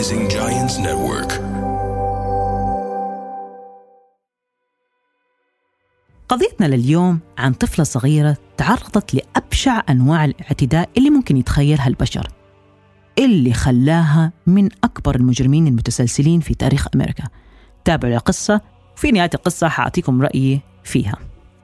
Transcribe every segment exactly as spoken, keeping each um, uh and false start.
Rising Giants Network. قضيتنا لليوم عن طفلة صغيرة تعرضت لأبشع أنواع الاعتداء اللي ممكن يتخيلها البشر، اللي خلاها من أكبر المجرمين المتسلسلين في تاريخ أمريكا. تابعوا القصة، وفي نهاية القصة حأعطيكم رأيي فيها.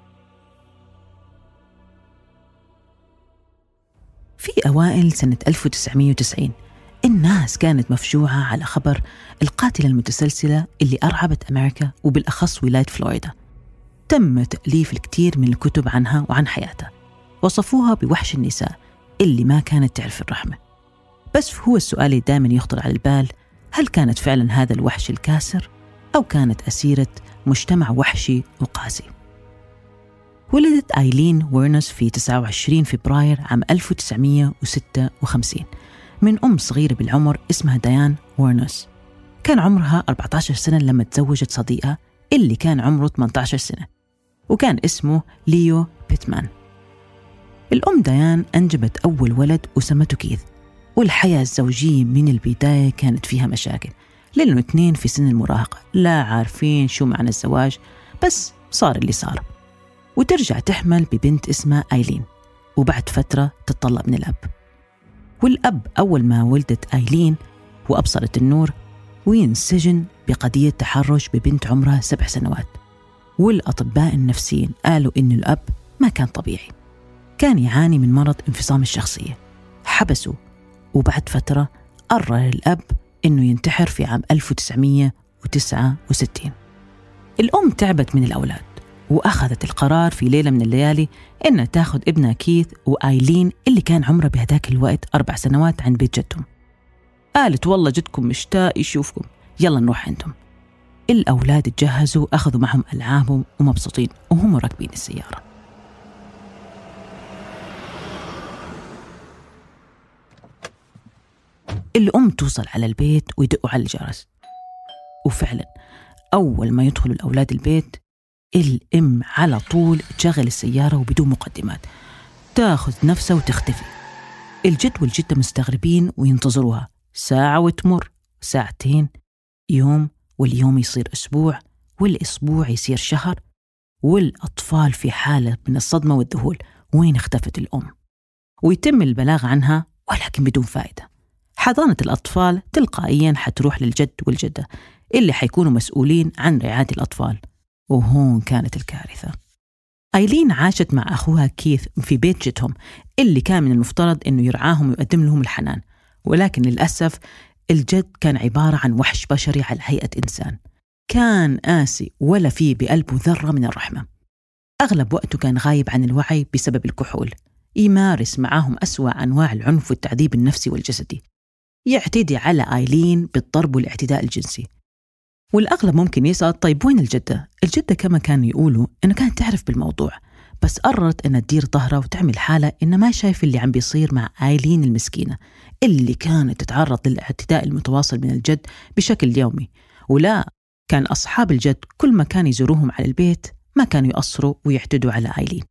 في أوائل سنة ألف وتسعمائة وتسعين الناس كانت مفجوعة على خبر القاتلة المتسلسلة اللي أرعبت أمريكا وبالأخص ولاية فلوريدا. تم تأليف الكثير من الكتب عنها وعن حياتها، وصفوها بوحش النساء اللي ما كانت تعرف الرحمة. بس هو السؤال اللي دائما يخطر على البال، هل كانت فعلا هذا الوحش الكاسر أو كانت أسيرة مجتمع وحشي وقاسي؟ ولدت آيلين وورنوس في تسعة وعشرين فبراير عام ألف وتسعمائة وستة وخمسين من أم صغيرة بالعمر اسمها ديان وورنوس. كان عمرها أربعة عشر سنة لما تزوجت صديقها اللي كان عمره ثمانية عشر سنة، وكان اسمه ليو بيتمان. الأم ديان أنجبت أول ولد وسمته كيث، والحياة الزوجية من البداية كانت فيها مشاكل، لأنه اثنين في سن المراهقة لا عارفين شو معنى الزواج، بس صار اللي صار. وترجع تحمل ببنت اسمها آيلين، وبعد فترة تطلق من الأب. والأب أول ما ولدت آيلين وأبصرت النور وينسجن بقضية تحرش ببنت عمرها سبع سنوات. والأطباء النفسيين قالوا إن الأب ما كان طبيعي، كان يعاني من مرض انفصام الشخصية. حبسوا، وبعد فترة قرر الأب إنه ينتحر في عام ألف وتسعمائة وتسعة وستين. الأم تعبت من الأولاد وأخذت القرار في ليلة من الليالي إنها تاخذ ابنها كيث وآيلين اللي كان عمره بهداك الوقت أربع سنوات عند بيت جدهم. قالت والله جدكم مشتاق يشوفكم، يلا نروح عندهم. الأولاد اتجهزوا، أخذوا معهم ألعابهم ومبسوطين وهم راكبين السيارة. الأم توصل على البيت ويدقوا على الجرس، وفعلا أول ما يدخلوا الأولاد البيت الأم على طول تشغل السيارة وبدون مقدمات تاخذ نفسها وتختفي. الجد والجدة مستغربين وينتظروها، ساعة وتمر، ساعتين، يوم، واليوم يصير أسبوع، والأسبوع يصير شهر، والأطفال في حالة من الصدمة والذهول، وين اختفت الأم؟ ويتم البلاغ عنها ولكن بدون فائدة. حضانة الأطفال تلقائياً حتروح للجد والجدة اللي حيكونوا مسؤولين عن رعاية الأطفال. وهون كانت الكارثة. آيلين عاشت مع أخوها كيث في بيت جدهم اللي كان من المفترض أنه يرعاهم ويقدم لهم الحنان، ولكن للأسف الجد كان عبارة عن وحش بشري على هيئة إنسان، كان قاسي ولا فيه بقلبه ذرة من الرحمة. أغلب وقته كان غايب عن الوعي بسبب الكحول، يمارس معهم أسوأ أنواع العنف والتعذيب النفسي والجسدي، يعتدي على آيلين بالضرب والاعتداء الجنسي. والأغلب ممكن يسأل طيب وين الجدة؟ الجدة كما كانوا يقولوا إنه كانت تعرف بالموضوع، بس قررت إنها تدير ظهرها وتعمل حالة إنه ما شايف اللي عم بيصير مع آيلين المسكينة اللي كانت تتعرض للاعتداء المتواصل من الجد بشكل يومي. ولا كان أصحاب الجد كل ما كان يزوروهم على البيت ما كانوا يقصروا ويعتدوا على آيلين.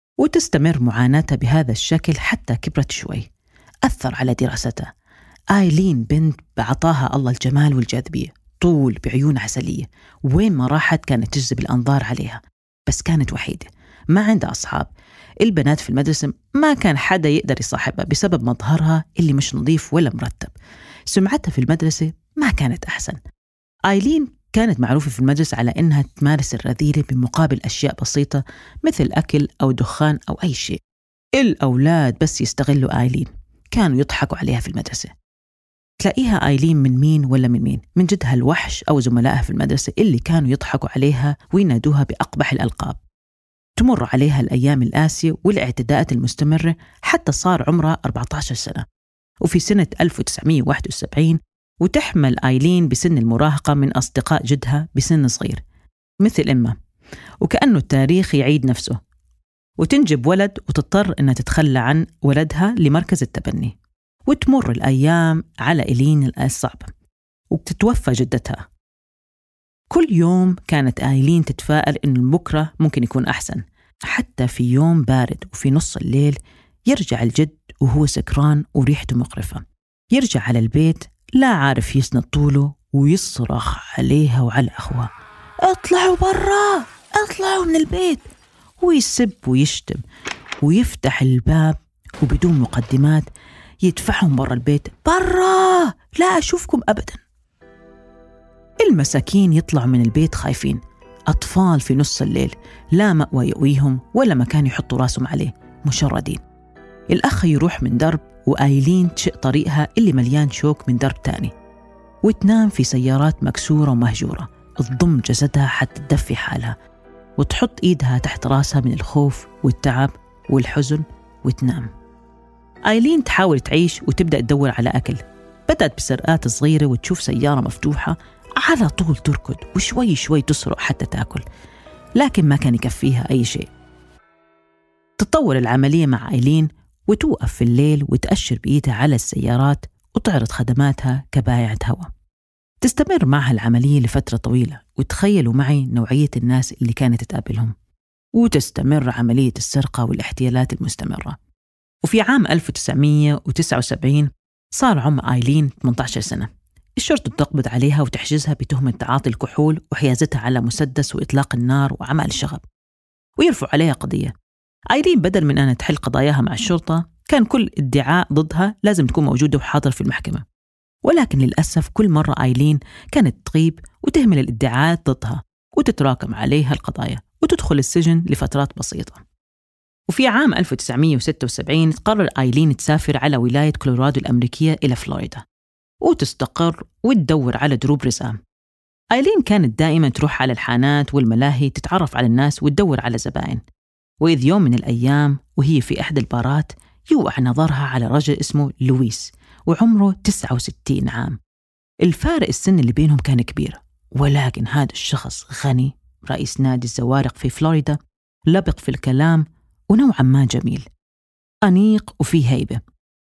وتستمر معاناتها بهذا الشكل حتى كبرت شوي. أثر على دراستها. آيلين بنت بعطاها الله الجمال والجاذبية، طول بعيون عسلية، وين ما راحت كانت تجذب الأنظار عليها، بس كانت وحيدة ما عندها أصحاب. البنات في المدرسة ما كان حدا يقدر يصاحبها بسبب مظهرها اللي مش نظيف ولا مرتب. سمعتها في المدرسة ما كانت أحسن. آيلين كانت معروفة في المدرسة على إنها تمارس الرذيلة بمقابل أشياء بسيطة مثل أكل أو دخان أو أي شيء. الأولاد بس يستغلوا آيلين، كانوا يضحكوا عليها في المدرسة. تلاقيها آيلين من مين ولا من مين، من جدها الوحش أو زملائها في المدرسة اللي كانوا يضحكوا عليها وينادوها بأقبح الألقاب. تمر عليها الأيام القاسية والاعتداءات المستمرة حتى صار عمرها أربعة عشر سنة. وفي سنة ألف وتسعمائة وواحد وسبعين وتحمل آيلين بسن المراهقة من أصدقاء جدها بسن صغير مثل إمه، وكأنه التاريخ يعيد نفسه، وتنجب ولد وتضطر أنها تتخلى عن ولدها لمركز التبني. وتمر الأيام على آيلين الصعبة وبتتوفى جدتها. كل يوم كانت آيلين تتفائل إن بكرة ممكن يكون أحسن، حتى في يوم بارد وفي نص الليل يرجع الجد وهو سكران وريحته مقرفة. يرجع على البيت لا عارف يسند طوله ويصرخ عليها وعلى أخوها: اطلعوا برا، اطلعوا من البيت. ويسب ويشتم ويفتح الباب وبدون مقدمات يدفعهم برا البيت: برا، لا أشوفكم أبدا. المساكين يطلعوا من البيت خايفين، أطفال في نص الليل، لا مأوى يؤويهم ولا مكان يحطوا راسهم عليه، مشردين. الأخ يروح من درب وآيلين تشق طريقها اللي مليان شوك من درب تاني، وتنام في سيارات مكسورة ومهجورة، تضم جسدها حتى تدفي حالها وتحط إيدها تحت راسها من الخوف والتعب والحزن وتنام. آيلين تحاول تعيش وتبدأ تدور على أكل. بدأت بسرقات صغيرة، وتشوف سيارة مفتوحة على طول تركض وشوي شوي تسرق حتى تأكل، لكن ما كان يكفيها أي شيء. تطور العملية مع آيلين وتوقف في الليل وتأشر بإيدها على السيارات وتعرض خدماتها كبائعة هواء. تستمر معها العملية لفترة طويلة، وتخيلوا معي نوعية الناس اللي كانت تقابلهم. وتستمر عملية السرقة والاحتيالات المستمرة. وفي عام ألف وتسعمية وتسعة وسبعين صار عمر آيلين ثمانية عشر سنة. الشرطة تقبض عليها وتحجزها بتهمة تعاطي الكحول وحيازتها على مسدس وإطلاق النار وعمل الشغب، ويرفع عليها قضية. آيلين بدل من أن تحل قضاياها مع الشرطة، كان كل ادعاء ضدها لازم تكون موجودة وحاضر في المحكمة. ولكن للأسف كل مرة آيلين كانت تغيب وتهمل الادعاءات ضدها، وتتراكم عليها القضايا وتدخل السجن لفترات بسيطة. وفي عام ألف وتسعمية وستة وسبعين قرر آيلين تسافر على ولاية كولورادو الأمريكية إلى فلوريدا وتستقر وتدور على دروب رزقها. آيلين كانت دائما تروح على الحانات والملاهي تتعرف على الناس وتدور على زبائن. وإذ يوم من الأيام وهي في إحدى البارات يوقع نظرها على رجل اسمه لويس، وعمره تسعة وستين عام. الفارق السن اللي بينهم كان كبير، ولكن هذا الشخص غني، رئيس نادي الزوارق في فلوريدا، لبق في الكلام ونوعا ما جميل، أنيق وفيه هيبة.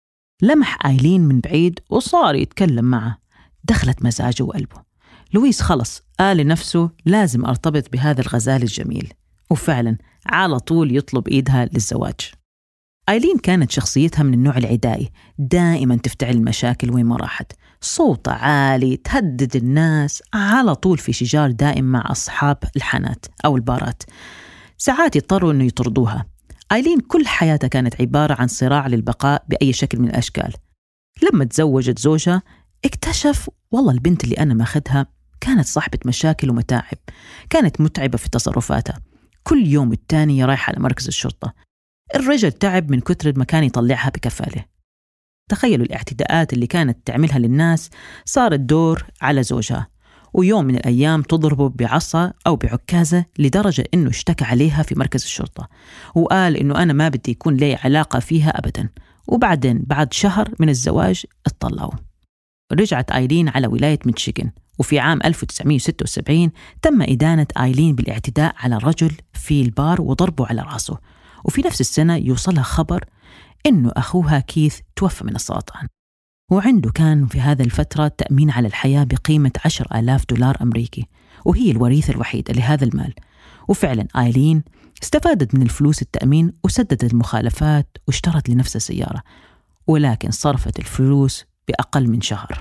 لمح آيلين من بعيد وصار يتكلم معه، دخلت مزاجه وقلبه. لويس خلص قال لنفسه لازم أرتبط بهذا الغزال الجميل، وفعلا على طول يطلب إيدها للزواج. آيلين كانت شخصيتها من النوع العدائي، دائما تفتعل المشاكل وين ما راحت، صوت عالي، تهدد الناس، على طول في شجار دائم مع أصحاب الحانات أو البارات. ساعات يضطروا أنه يطردوها. آيلين كل حياتها كانت عبارة عن صراع للبقاء بأي شكل من الأشكال. لما تزوجت زوجها اكتشف والله البنت اللي أنا ماخدها كانت صاحبة مشاكل ومتاعب، كانت متعبة في تصرفاتها، كل يوم التاني رايحة على مركز الشرطة. الرجل تعب من كتر ما كان يطلعها بكفاله. تخيلوا الاعتداءات اللي كانت تعملها للناس صارت دور على زوجها، ويوم من الأيام تضربه بعصا أو بعكازة لدرجة إنه اشتكى عليها في مركز الشرطة وقال إنه أنا ما بدي يكون لي علاقة فيها أبدا. وبعدين بعد شهر من الزواج اتطلقوا. رجعت آيلين على ولاية ميشيغان، وفي عام ألف وتسعمية وستة وسبعين تم إدانة آيلين بالاعتداء على الرجل في البار وضربه على رأسه. وفي نفس السنة يوصلها خبر إنه أخوها كيث توفى من السرطان، وعنده كان في هذا الفترة تأمين على الحياة بقيمة عشر آلاف دولار أمريكي، وهي الوريثة الوحيدة لهذا المال. وفعلا آيلين استفادت من الفلوس التأمين وسددت المخالفات واشترت لنفسها سيارة، ولكن صرفت الفلوس بأقل من شهر.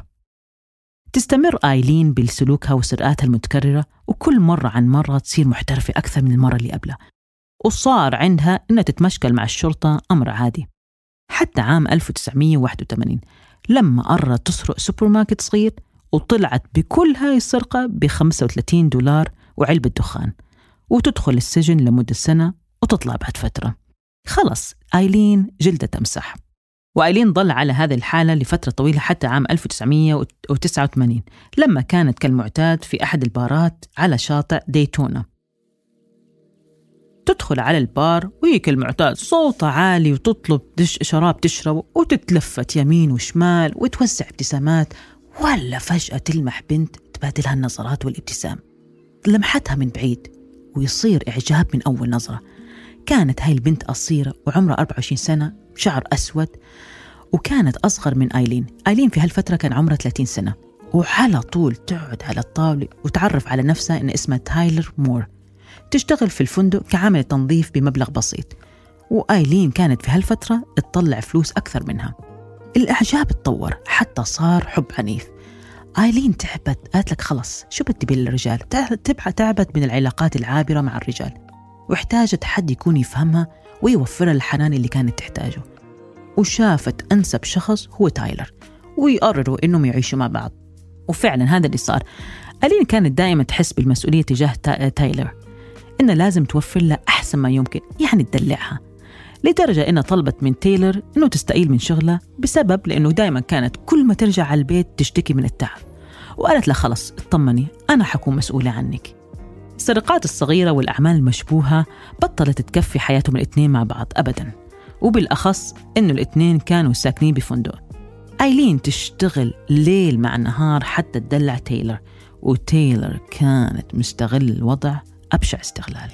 تستمر آيلين بسلوكها وسرقاتها المتكررة، وكل مرة عن مرة تصير محترفة أكثر من المرة اللي قبلها، وصار عندها إنها تتمشكل مع الشرطة أمر عادي. حتى عام ألف وتسعمية وواحد وثمانين لما قررت تسرق سوبر ماركت صغير، وطلعت بكل هاي السرقة بخمسة وثلاثين دولار وعلبة دخان، وتدخل السجن لمدة سنة وتطلع بعد فترة. خلص آيلين جلدة تمسح. وآيلين ضل على هذه الحالة لفترة طويلة حتى عام ألف وتسعمية وتسعة وثمانين لما كانت كالمعتاد في أحد البارات على شاطئ دايتونا. تدخل على البار وهي كالمعتاد صوتها عالي وتطلب دش شراب تشرب، وتتلفت يمين وشمال وتوزع ابتسامات، ولا فجأة تلمح بنت تبادلها النظرات والابتسام. لمحتها من بعيد ويصير إعجاب من أول نظرة. كانت هاي البنت قصيرة وعمرها أربعة وعشرين سنة، شعر أسود، وكانت أصغر من آيلين. آيلين في هالفترة كان عمرها ثلاثين سنة، وعلى طول تقعد على الطاولة وتعرف على نفسها إن اسمها تايلر مور، تشتغل في الفندق كعامل تنظيف بمبلغ بسيط. وآيلين كانت في هالفترة تطلع فلوس أكثر منها. الإعجاب اتطور حتى صار حب عنيف، آيلين تعبت، قالت لك خلص شو بدي بالرجال، تبع تعبت من العلاقات العابرة مع الرجال، واحتاجت حد يكون يفهمها ويوفرها الحنان اللي كانت تحتاجه. وشافت أنسب شخص هو تايلر، ويقرروا إنهم يعيشوا مع بعض. وفعلا هذا اللي صار. آيلين كانت دائما تحس بالمسؤولية تجاه تايلر، إنه لازم توفر لها أحسن ما يمكن، يعني تدلعها، لدرجة إنها طلبت من تايلر إنه تستقيل من شغلها بسبب لأنه دائما كانت كل ما ترجع على البيت تشتكي من التعب. وقالت لها خلص اطمني، أنا حكون مسؤولة عنك. السرقات الصغيرة والأعمال المشبوهة بطلت تكفي حياتهم الاثنين مع بعض أبدا، وبالأخص إنه الاثنين كانوا ساكنين بفندق. آيلين تشتغل ليل مع نهار حتى تدلع تايلر، وتايلر كانت مستغل الوضع أبشع استغلال.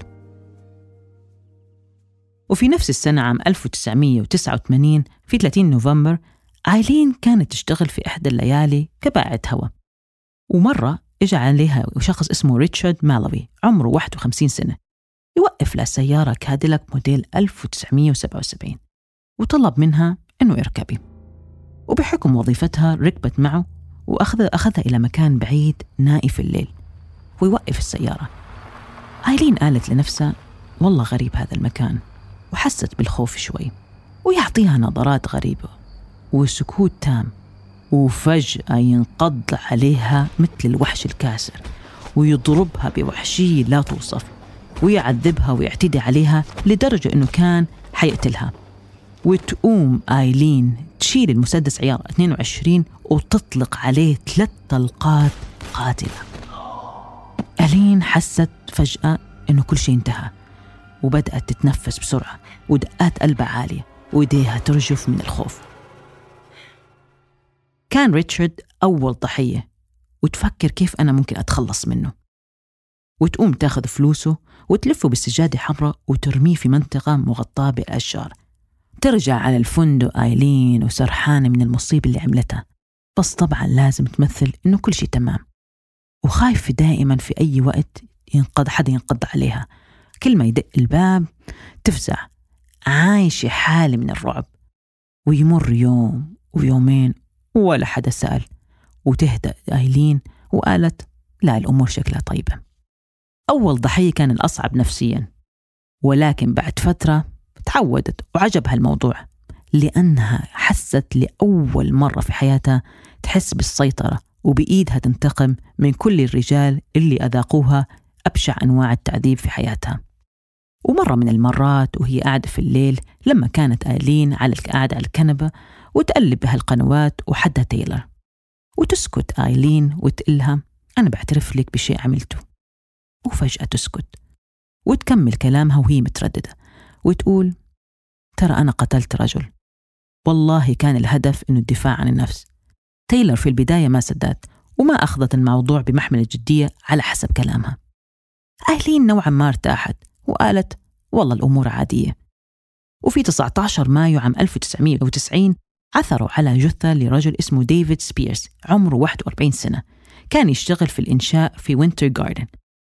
وفي نفس السنة عام ألف وتسعمية وتسعة وثمانين في ثلاثين نوفمبر، آيلين كانت تشتغل في إحدى الليالي كباعة هواء، ومرة إجا عليها شخص اسمه ريتشارد مالوي عمره واحد وخمسين سنة، يوقف لها سيارة كاديلاك موديل ألف وتسعمية وسبعة وسبعين وطلب منها إنه اركبي. وبحكم وظيفتها ركبت معه وأخذ أخذها إلى مكان بعيد نائي في الليل ويوقف السيارة. آيلين قالت لنفسها والله غريب هذا المكان، وحست بالخوف شوي، ويعطيها نظرات غريبة وسكوت تام، وفجأة ينقض عليها مثل الوحش الكاسر ويضربها بوحشية لا توصف، ويعذبها ويعتدي عليها لدرجة أنه كان حيقتلها. وتقوم آيلين تشيل المسدس عيار اثنين وعشرين وتطلق عليه ثلاث طلقات قاتلة. آيلين حست فجأة أنه كل شيء انتهى، وبدأت تتنفس بسرعة ودقات قلبها عالية وإيديها ترجف من الخوف. كان ريتشارد أول ضحية، وتفكر كيف أنا ممكن أتخلص منه، وتقوم تاخذ فلوسه وتلفه بالسجادة حمراء وترميه في منطقة مغطاة بالأشجار. ترجع على الفندق آيلين وسرحانة من المصيبة اللي عملتها، بس طبعا لازم تمثل إنه كل شيء تمام، وخايفة دائما في أي وقت ينقض حدا ينقض عليها، كل ما يدق الباب تفزع، عايشة حالة من الرعب. ويمر يوم ويومين ولا حدا سأل، وتهدأ آيلين وقالت لا الأمور شكلها طيبة. أول ضحية كان الأصعب نفسيا، ولكن بعد فترة تعودت وعجبها الموضوع، لأنها حست لأول مرة في حياتها تحس بالسيطرة وبإيدها تنتقم من كل الرجال اللي أذاقوها أبشع أنواع التعذيب في حياتها. ومرة من المرات وهي قاعدة في الليل، لما كانت آيلين على القاعدة على الكنبة وتقلب بهالقنوات وحدها تايلر، وتسكت آيلين وتقلها أنا بعترف لك بشيء عملته، وفجأة تسكت وتكمل كلامها وهي مترددة وتقول ترى أنا قتلت رجل، والله كان الهدف إنه الدفاع عن النفس. تايلر في البداية ما صدقت وما أخذت الموضوع بمحمل الجدية على حسب كلامها. آيلين نوعا ما ارتاحت وقالت والله الأمور عادية. وفي تسعة عشر مايو عام ألف وتسعمية وتسعين عثروا على جثة لرجل اسمه ديفيد سبيرز عمره واحد وأربعين سنة، كان يشتغل في الإنشاء في وينتر جاردن.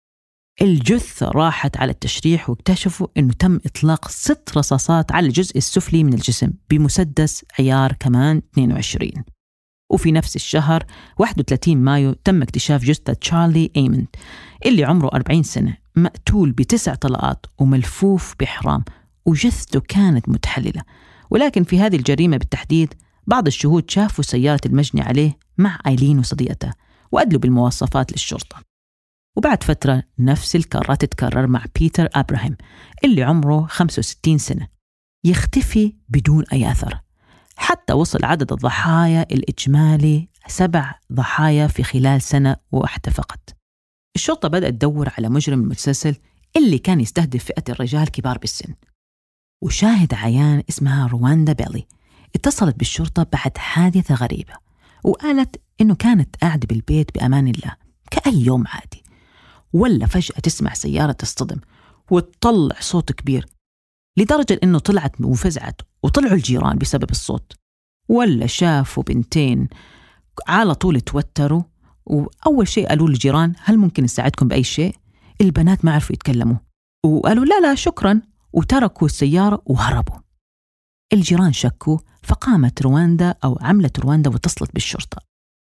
الجثة راحت على التشريح واكتشفوا أنه تم إطلاق ست رصاصات على الجزء السفلي من الجسم بمسدس عيار كمان اثنين وعشرين. وفي نفس الشهر واحد وثلاثين مايو تم اكتشاف جثة تشارلي أيمند اللي عمره أربعين سنة، مقتول بتسع طلقات وملفوف بحرام، وجثته كانت متحللة. ولكن في هذه الجريمة بالتحديد بعض الشهود شافوا سيارة المجني عليه مع آيلين وصديقتها وأدلوا بالمواصفات للشرطة. وبعد فترة نفس الكرة تتكرر مع بيتر أبراهام اللي عمره خمسة وستين سنة، يختفي بدون أي أثر، حتى وصل عدد الضحايا الإجمالي سبع ضحايا في خلال سنة واحدة فقط. الشرطة بدأت تدور على مجرم المتسلسل اللي كان يستهدف فئة الرجال كبار بالسن، وشاهد عيان اسمها رواندا بيلي اتصلت بالشرطة بعد حادثة غريبة، وقالت إنه كانت قاعدة بالبيت بأمان الله كأي يوم عادي، ولا فجأة تسمع سيارة تصطدم وتطلع صوت كبير لدرجة إنه طلعت وفزعت، وطلعوا الجيران بسبب الصوت، ولا شافوا بنتين على طول توتروا. وأول شيء قالوا للجيران هل ممكن نساعدكم بأي شيء؟ البنات ما عرفوا يتكلموا وقالوا لا لا شكرا، وتركوا السيارة وهربوا. الجيران شكوا، فقامت رواندا أو عملت رواندا واتصلت بالشرطة.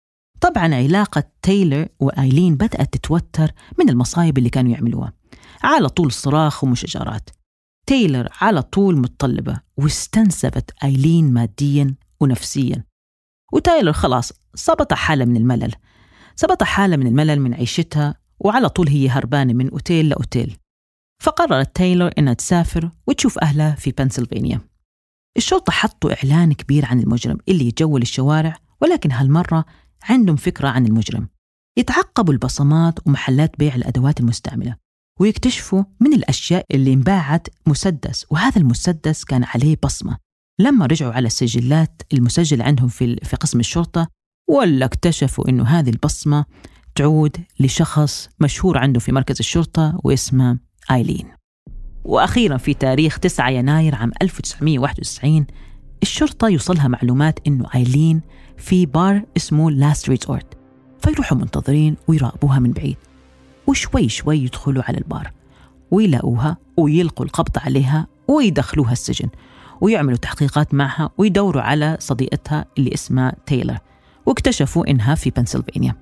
طبعا علاقة تايلر وآيلين بدأت تتوتر من المصايب اللي كانوا يعملوها، على طول صراخ ومشاجرات. تايلر على طول متطلبة واستنسبت آيلين ماديا ونفسيا، وتايلر خلاص صبت حالة من الملل صبت حالة من الملل من عيشتها، وعلى طول هي هربانة من أوتيل لأوتيل. فقررت تايلر إنها تسافر وتشوف أهلها في بنسلفانيا. الشرطة حطوا إعلان كبير عن المجرم اللي يتجول الشوارع، ولكن هالمرة عندهم فكرة عن المجرم. يتعقبوا البصمات ومحلات بيع الأدوات المستعملة، ويكتشفوا من الأشياء اللي انباعت مسدس، وهذا المسدس كان عليه بصمة. لما رجعوا على السجلات المسجل عندهم في في قسم الشرطة، ولا اكتشفوا إنه هذه البصمة تعود لشخص مشهور عنده في مركز الشرطة واسمه آيلين. وأخيراً في تاريخ تسعة يناير عام ألف وتسعمائة وواحد وتسعين الشرطة يوصلها معلومات إنه آيلين في بار اسمه لاست ريزورت، فيروحوا منتظرين ويراقبوها من بعيد، وشوي شوي يدخلوا على البار ويلاقوها ويلقوا القبض عليها ويدخلوها السجن، ويعملوا تحقيقات معها ويدوروا على صديقتها اللي اسمها تايلر، واكتشفوا إنها في بنسلفانيا.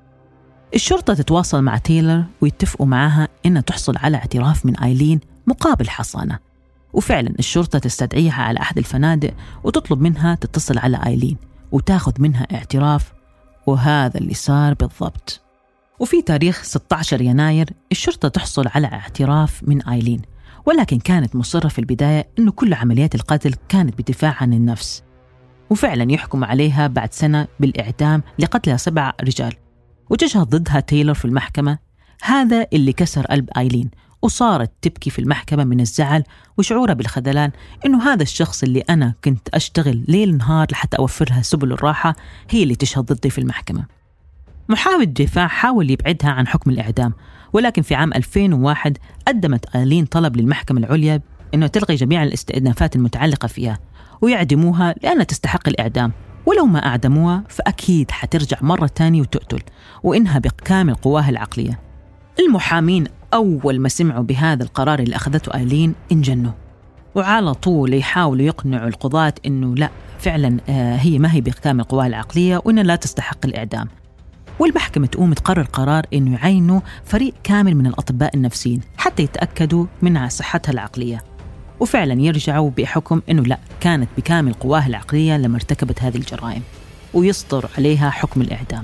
الشرطة تتواصل مع تايلر ويتفقوا معها إنها تحصل على اعتراف من آيلين مقابل حصانة، وفعلا الشرطة تستدعيها على أحد الفنادق وتطلب منها تتصل على آيلين وتاخذ منها اعتراف، وهذا اللي صار بالضبط. وفي تاريخ ستة عشر يناير الشرطة تحصل على اعتراف من آيلين، ولكن كانت مصرة في البداية إنه كل عمليات القتل كانت بدفاع عن النفس، وفعلا يحكم عليها بعد سنة بالإعدام لقتلها سبع رجال، وتشهد ضدها تايلر في المحكمة. هذا اللي كسر قلب آيلين، وصارت تبكي في المحكمة من الزعل وشعورها بالخذلان، إنه هذا الشخص اللي أنا كنت أشتغل ليل نهار لحتى أوفرها سبل الراحة هي اللي تشهد ضدي في المحكمة. محاول الدفاع حاول يبعدها عن حكم الإعدام، ولكن في عام ألفين وواحد قدمت آيلين طلب للمحكمة العليا إنه تلغي جميع الاستئنافات المتعلقة فيها ويعدموها لأنها تستحق الإعدام، ولو ما أعدموها فأكيد حترجع مرة تانية وتقتل، وإنها بكامل قواها العقلية. المحامين أول ما سمعوا بهذا القرار اللي أخذته آيلين انجنوا، وعلى طول يحاولوا يقنعوا القضاة إنه لا فعلا هي ما هي بكامل قواها العقلية وإنها لا تستحق الإعدام. والمحكمة تقوم تقرر قرار إنه يعينوا فريق كامل من الأطباء النفسيين حتى يتأكدوا من صحتها العقلية، وفعلا يرجعوا بحكم إنه لا كانت بكامل قواها العقلية لما ارتكبت هذه الجرائم، ويصدر عليها حكم الإعدام.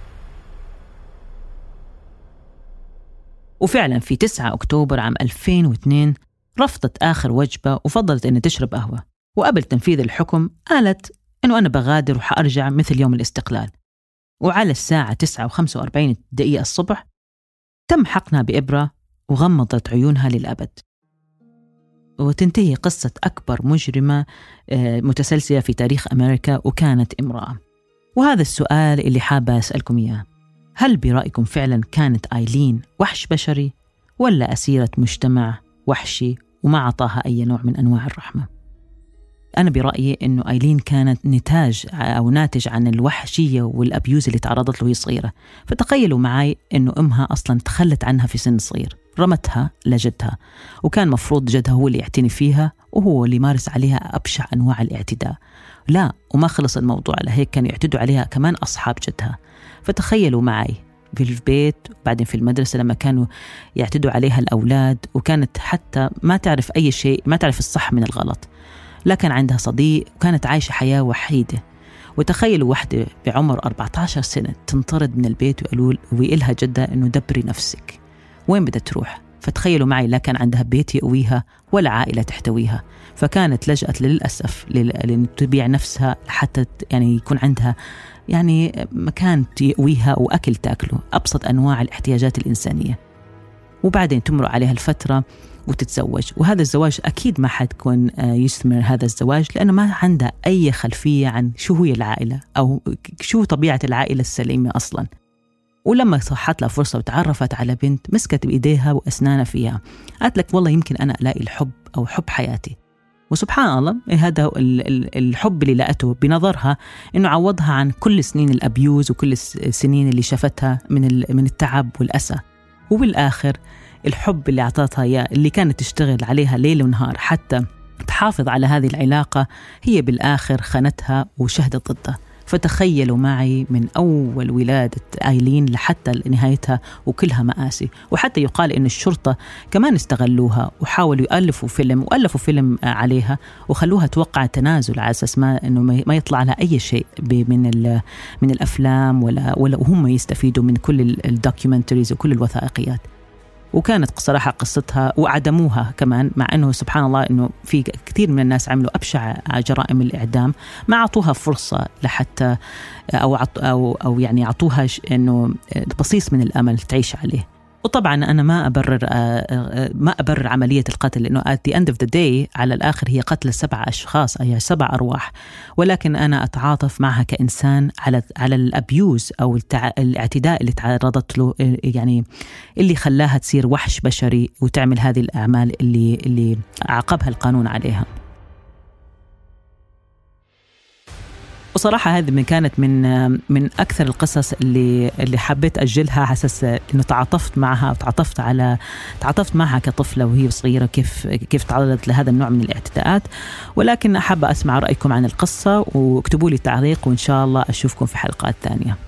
وفعلا في تسعة أكتوبر عام ألفين واثنين رفضت آخر وجبة وفضلت أن تشرب قهوة، وقبل تنفيذ الحكم قالت أنه أنا بغادر وحأرجع مثل يوم الاستقلال. وعلى الساعة تسعة وخمسة وأربعين دقيقة الصبح تم حقنها بإبرة وغمضت عيونها للأبد، وتنتهي قصة أكبر مجرمة متسلسلة في تاريخ أمريكا، وكانت امرأة. وهذا السؤال اللي حابة أسألكم إياه، هل برأيكم فعلا كانت آيلين وحش بشري ولا أسيرة مجتمع وحشي وما عطاها أي نوع من أنواع الرحمة؟ أنا برأيي أنه آيلين كانت نتاج أو ناتج عن الوحشية والأبيوز اللي تعرضت له وهي صغيرة. فتخيلوا معي أنه أمها أصلا تخلت عنها في سن صغير، رمتها لجدها، وكان مفروض جدها هو اللي يعتني فيها وهو اللي يمارس عليها أبشع أنواع الاعتداء. لا، وما خلص الموضوع على هيك، كانوا يعتدوا عليها كمان أصحاب جدها. فتخيلوا معي في البيت وبعدين في المدرسة لما كانوا يعتدوا عليها الأولاد، وكانت حتى ما تعرف أي شيء، ما تعرف الصح من الغلط، لا كان عندها صديق، وكانت عايشة حياة وحيدة. وتخيلوا واحدة بعمر أربعة عشر سنة تنطرد من البيت ويقولوا ويقلها جدها إنه دبري نفسك، وين بدها تروح؟ فتخيلوا معي لا كان عندها بيت يقويها ولا عائلة تحتويها، فكانت لجأت للأسف لتبيع نفسها حتى يعني يكون عندها يعني مكان يقويها وأكل تأكله، أبسط أنواع الاحتياجات الإنسانية. وبعدين تمر عليها الفترة وتتزوج، وهذا الزواج أكيد ما حتكون يثمر هذا الزواج لأنه ما عندها أي خلفية عن شو هي العائلة أو شو طبيعة العائلة السليمة أصلاً. ولما صحت لها فرصة وتعرفت على بنت مسكت بإيديها وأسنانها فيها، قالت لك والله يمكن أنا ألاقي الحب أو حب حياتي. وسبحان الله هذا الحب اللي لقته بنظرها إنه عوضها عن كل سنين الأبيوز وكل السنين اللي شفتها من من التعب والأسى. وبالآخر الحب اللي أعطتها إياه اللي كانت تشتغل عليها ليل ونهار حتى تحافظ على هذه العلاقة، هي بالآخر خانتها وشهدت ضدها. فتخيلوا معي من أول ولادة آيلين لحتى نهايتها وكلها مآسي. وحتى يقال إن الشرطة كمان استغلوها وحاولوا يألفوا فيلم وألفوا فيلم عليها وخلوها توقع تنازل على أساس ما إنه ما يطلع لها أي شيء من من الأفلام ولا ولا وهم يستفيدوا من كل الدوكيومنتريز وكل الوثائقيات. وكانت صراحة قصتها وعدموها كمان، مع أنه سبحان الله أنه في كثير من الناس عملوا أبشع جرائم الإعدام ما عطوها فرصة لحتى أو عط أو أو يعني عطوها أنه بصيص من الأمل تعيش عليه. وطبعا أنا ما أبرر ما أبرر عملية القتل، لأنه at the end of the day على الآخر هي قتل سبع أشخاص، أي سبع أرواح، ولكن أنا أتعاطف معها كإنسان على على الأبيوز أو التع... الاعتداء اللي تعرضت له، يعني اللي خلاها تصير وحش بشري وتعمل هذه الأعمال اللي اللي عاقبها القانون عليها. وصراحة هذه من كانت من من أكثر القصص اللي اللي حبيت أجلها على أساس إنه تعاطفت معها وتعاطفت على تعاطفت معها كطفلة وهي صغيرة كيف كيف تعرضت لهذا النوع من الاعتداءات. ولكن أحب أسمع رأيكم عن القصة واكتبوا لي تعليق، وإن شاء الله أشوفكم في حلقات ثانية.